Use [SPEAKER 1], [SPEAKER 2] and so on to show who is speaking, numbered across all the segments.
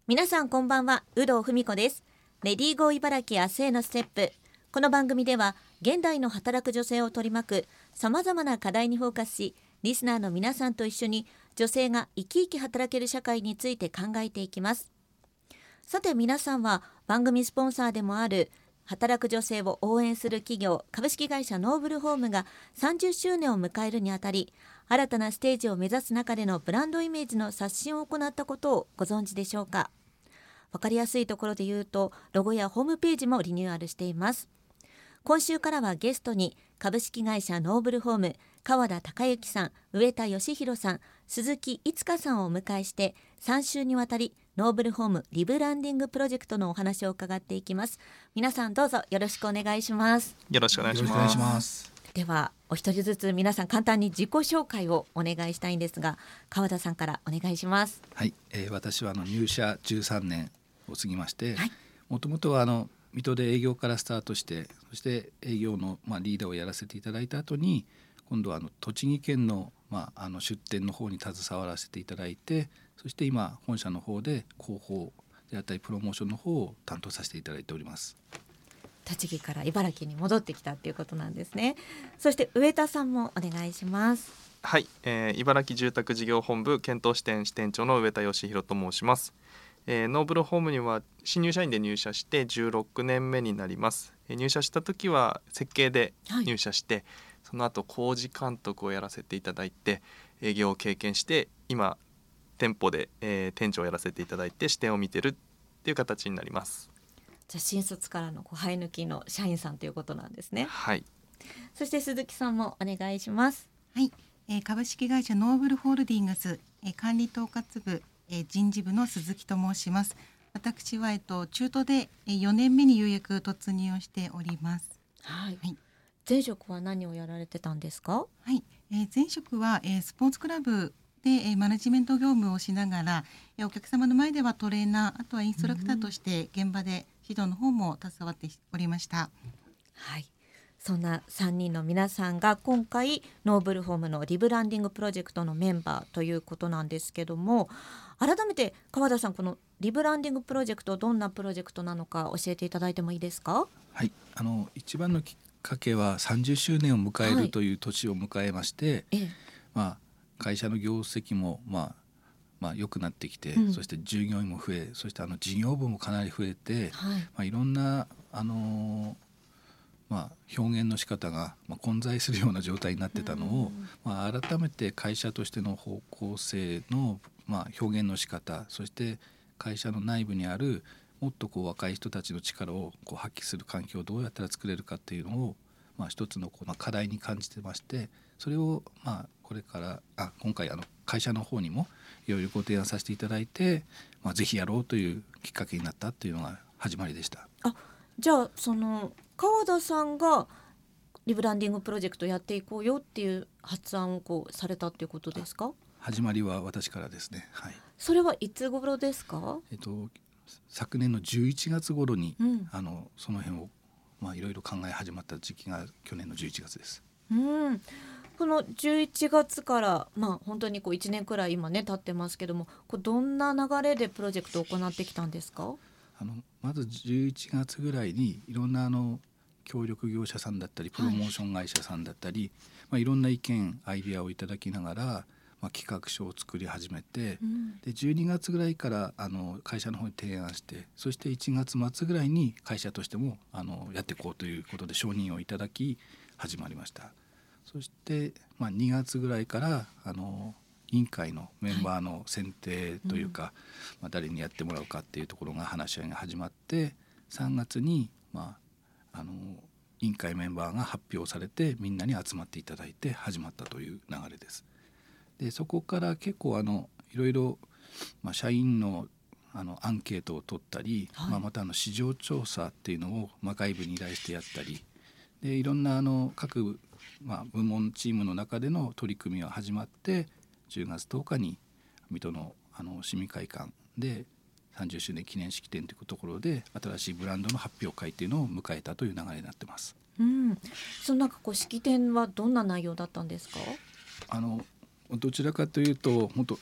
[SPEAKER 1] 皆さんこんばんは、有働文子です。レディーゴー茨城明日へのステップ。この番組では現代の働く女性を取り巻くさまざまな課題にフォーカスし、リスナーの皆さんと一緒に女性が生き生き働ける社会について考えていきます。さて皆さんは番組スポンサーでもある働く女性を応援する企業株式会社ノーブルホームが30周年を迎えるにあたり、新たなステージを目指す中でのブランドイメージの刷新を行ったことをご存知でしょうか。わかりやすいところで言うと、ロゴやホームページもリニューアルしています。今週からはゲストに株式会社ノーブルホーム川田孝之さん、上田義弘さん、鈴木いつかさんをお迎えして、3週にわたりノーブルホームリブランディングプロジェクトのお話を伺っていきます。皆さんどうぞよろしくお願いします。
[SPEAKER 2] よろしくお願いします。
[SPEAKER 1] ではお一人ずつ皆さん簡単に自己紹介をお願いしたいんですが、川田さんからお願いします。
[SPEAKER 3] はい、私は入社13年を過ぎまして、
[SPEAKER 1] はい、
[SPEAKER 3] もともとは水戸で営業からスタートして、そして営業の、リーダーをやらせていただいた後に、今度は栃木県の、出店の方に携わらせていただいて、そして今本社の方で広報であったりプロモーションの方を担当させていただいております。
[SPEAKER 1] 栃木から茨城に戻ってきたっていうことなんですね。そして上田さんもお願いします。
[SPEAKER 2] はい、茨城住宅事業本部検討支店支店長の上田義弘と申します。ノーブルホームには新入社員で入社して16年目になります。入社した時は設計で入社して、その後工事監督をやらせていただいて営業を経験して、今店舗で、店長をやらせていただいて支店を見てるっていう形になります。
[SPEAKER 1] じゃあ新卒からの生え抜きの社員さんということなんですね。
[SPEAKER 2] はい。
[SPEAKER 1] そして鈴木さんもお願いします。
[SPEAKER 4] はい、株式会社ノーブルホールディングス、管理統括部、人事部の鈴木と申します。私は、中途で4年目にようやく突入をしております。
[SPEAKER 1] はい。前職は何をやられてたんですか？
[SPEAKER 4] はい、前職は、スポーツクラブで、マネジメント業務をしながら、お客様の前ではトレーナー、あとはインストラクターとして現場で指導の方も携わっておりました。
[SPEAKER 1] はい、そんな3人の皆さんが今回ノーブルホームのリブランディングプロジェクトのメンバーということなんですけども、改めて川田さん、このリブランディングプロジェクトどんなプロジェクトなのか教えていただいてもいいですか？
[SPEAKER 3] はい、一番のきっかけは30周年を迎えるという年を迎えまして、会社の業績も良くなってきて、そして従業員も増え、そして事業部もかなり増えて、いろんな表現の仕方が混在するような状態になってたのを、改めて会社としての方向性の、表現の仕方、そして会社の内部にあるもっと若い人たちの力を発揮する環境をどうやったら作れるかっていうのを、一つの課題に感じてまして、それをこれから今回会社の方にもいろいろご提案させていただいて、ぜひやろうというきっかけになったっていうのが始まりでした。
[SPEAKER 1] じゃあその川田さんがリブランディングプロジェクトやっていこうよっていう発案をされたっていうことですか？
[SPEAKER 3] 始まりは私からですね。はい、
[SPEAKER 1] それはいつ頃ですか？
[SPEAKER 3] 昨年の11月頃に、その辺をいろいろ考え始まった時期が去年の11月です。
[SPEAKER 1] この11月から本当に1年くらい今ね経ってますけども、どんな流れでプロジェクトを行ってきたんですか？
[SPEAKER 3] まず11月ぐらいにいろんな協力業者さんだったりプロモーション会社さんだったり、いろんな意見アイデアをいただきながら、企画書を作り始めて、で12月ぐらいから会社の方に提案して、そして1月末ぐらいに会社としてもやっていこうということで承認をいただき始まりました。そして、2月ぐらいから委員会のメンバーの選定というか、誰にやってもらうかっていうところが話し合いが始まって、3月に、委員会メンバーが発表されてみんなに集まっていただいて始まったという流れです。でそこから結構いろいろ、社員のアンケートを取ったり、また市場調査っていうのを外部に依頼してやったりで、いろんな各、部門チームの中での取り組みが始まって、10月10日に水戸の市民会館で30周年記念式典というところで新しいブランドの発表会というのを迎えたという流れになってます。
[SPEAKER 1] その式典はどんな内容だったんですか？
[SPEAKER 3] どちらかというと本当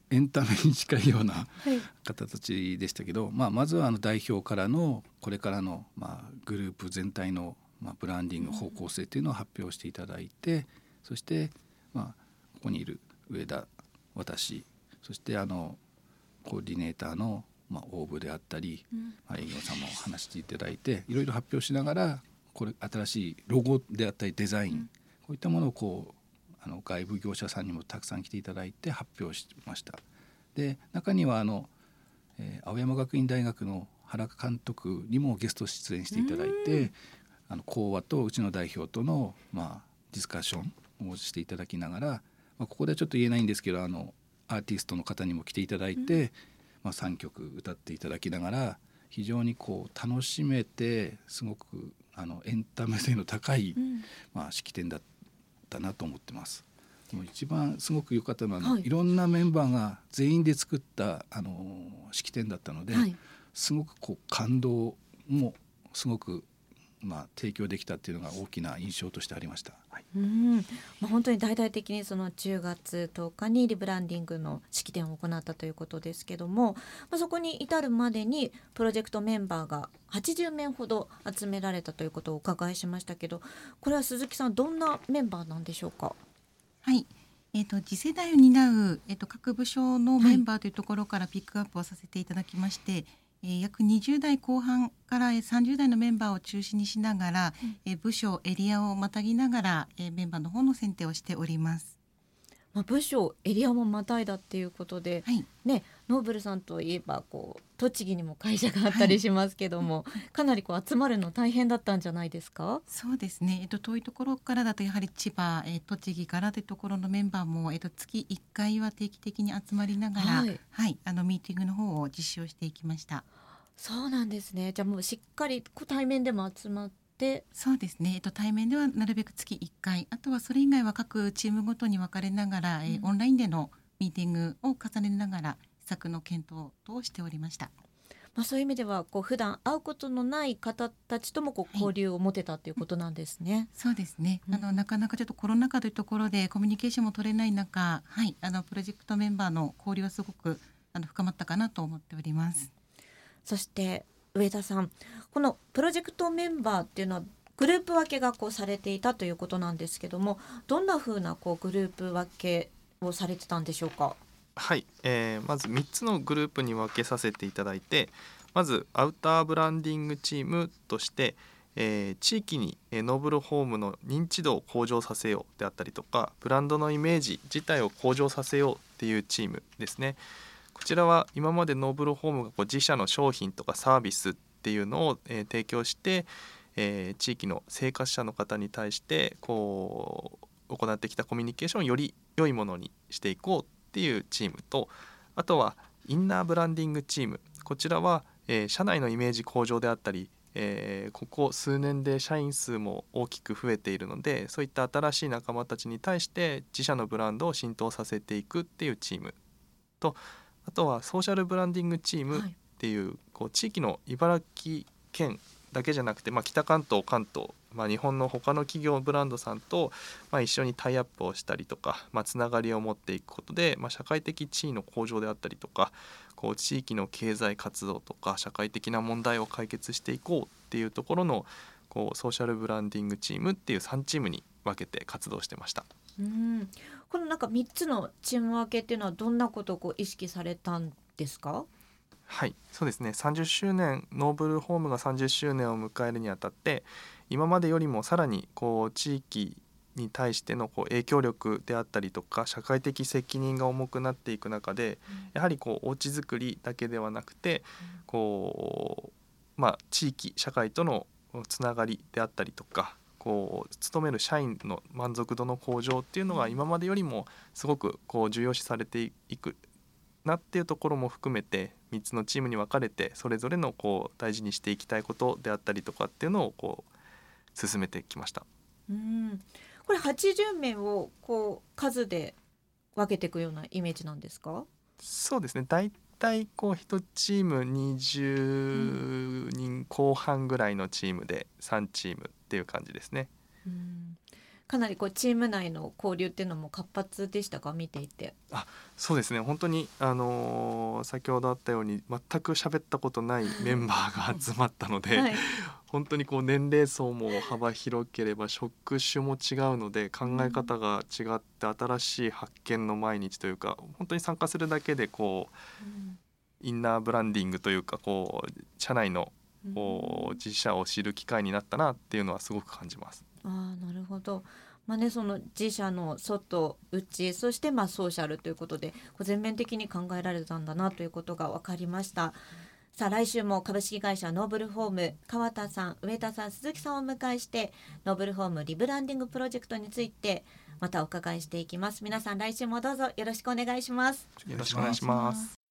[SPEAKER 3] エンタメに近いような
[SPEAKER 1] はい
[SPEAKER 3] 方たちでしたけど、まずは代表からのこれからの、グループ全体の、ブランディング方向性というのを発表していただいて、そして、ここにいる上田、私、そしてコーディネーターの、応募であったり、営業さんも話していただいて、いろいろ発表しながら、これ新しいロゴであったりデザイン、こういったものを外部業者さんにもたくさん来ていただいて発表しました。で中には青山学院大学の原監督にもゲスト出演していただいて、講話とうちの代表との、ディスカッションをしていただきながら、ここではちょっと言えないんですけどアーティストの方にも来ていただいて、3曲歌っていただきながら非常に楽しめて、すごくエンタメ性の高い、式典だったなと思ってます。もう一番すごく良かったのは、いろんなメンバーが全員で作った式典だったので、すごく感動もすごく提供できたっていうのが大きな印象としてありました。
[SPEAKER 1] 本当に大々的にその10月10日にリブランディングの式典を行ったということですけども、そこに至るまでにプロジェクトメンバーが80名ほど集められたということをお伺いしましたけど、これは鈴木さんどんなメンバーなんでしょうか？
[SPEAKER 4] はい、次世代を担う、各部署のメンバーというところからピックアップをさせていただきまして、約20代後半から30代のメンバーを中心にしながら、部署エリアをまたぎながら、メンバーの方の選定をしております。
[SPEAKER 1] 部署エリアもまたいだっていうことで、ノーブルさんといえば栃木にも会社があったりしますけども、かなり集まるの大変だったんじゃないですか？
[SPEAKER 4] そうですね、遠いところからだとやはり千葉、栃木からというところのメンバーも、月1回は定期的に集まりながら、ミーティングの方を実施をしていきました。
[SPEAKER 1] そうなんですね。じゃあもうしっかり対面でも集まって。
[SPEAKER 4] そうですね、対面ではなるべく月1回、あとはそれ以外は各チームごとに分かれながら、オンラインでのミーティングを重ねながら施策の検討をしておりました。
[SPEAKER 1] そういう意味では普段会うことのない方たちとも交流を持てたということなんですね。
[SPEAKER 4] そうですね、なかなかちょっとコロナ禍というところでコミュニケーションも取れない中、プロジェクトメンバーの交流はすごく深まったかなと思っております。
[SPEAKER 1] そして上田さん、このプロジェクトメンバーっていうのはグループ分けがされていたということなんですけども、どんな風なグループ分けをされてたんでしょうか？
[SPEAKER 2] はい、まず3つのグループに分けさせていただいて、まずアウターブランディングチームとして、地域にノーブルホームの認知度を向上させようであったりとか、ブランドのイメージ自体を向上させようっていうチームですね。こちらは今までノーブルホームが自社の商品とかサービスっていうのを、提供して、地域の生活者の方に対して行ってきたコミュニケーションをより良いものにしていこうっていうチームと、あとはインナーブランディングチーム、こちらは、社内のイメージ向上であったり、ここ数年で社員数も大きく増えているので、そういった新しい仲間たちに対して自社のブランドを浸透させていくっていうチームと、あとはソーシャルブランディングチームっていう、地域の茨城県だけじゃなくて、北関東関東、日本の他の企業ブランドさんと、一緒にタイアップをしたりとか、つながりを持っていくことで、社会的地位の向上であったりとか、地域の経済活動とか社会的な問題を解決していこうっていうところのソーシャルブランディングチームっていう3チームに分けて活動してました。
[SPEAKER 1] この3つのチーム分けっていうのはどんなことを意識されたんですか？
[SPEAKER 2] はい、そうですね、30周年ノーブルホームが30周年を迎えるにあたって、今までよりもさらに地域に対しての影響力であったりとか社会的責任が重くなっていく中で、やはりお家づくりだけではなくて、地域社会とのつながりであったりとか、勤める社員の満足度の向上っていうのが今までよりもすごく重要視されていくなっていうところも含めて、3つのチームに分かれてそれぞれの大事にしていきたいことであったりとかっていうのを進めてきました。
[SPEAKER 1] これ80名を数で分けていくようなイメージなんですか？
[SPEAKER 2] そうですね、だいたい1チーム20人後半ぐらいのチームで3チームっていう感じですね。
[SPEAKER 1] かなりこうチーム内の交流っていうのも活発でしたか、見ていて。
[SPEAKER 2] そうですね、本当に、先ほどあったように全く喋ったことないメンバーが集まったので、
[SPEAKER 1] はい、
[SPEAKER 2] 本当にこう年齢層も幅広ければ職種も違うので考え方が違って新しい発見の毎日というか、本当に参加するだけでこうインナーブランディングというか、こう社内のこう自社を知る機会になったなっていうのはすごく感じます。
[SPEAKER 1] なるほど。その自社の外内、そしてソーシャルということでこう全面的に考えられたんだなということが分かりました。さあ来週も株式会社ノーブルホーム川田さん、上田さん、鈴木さんをお迎えしてノーブルホームリブランディングプロジェクトについてまたお伺いしていきます。皆さん来週もどうぞよろしくお願いします。
[SPEAKER 2] よろしくお願いします。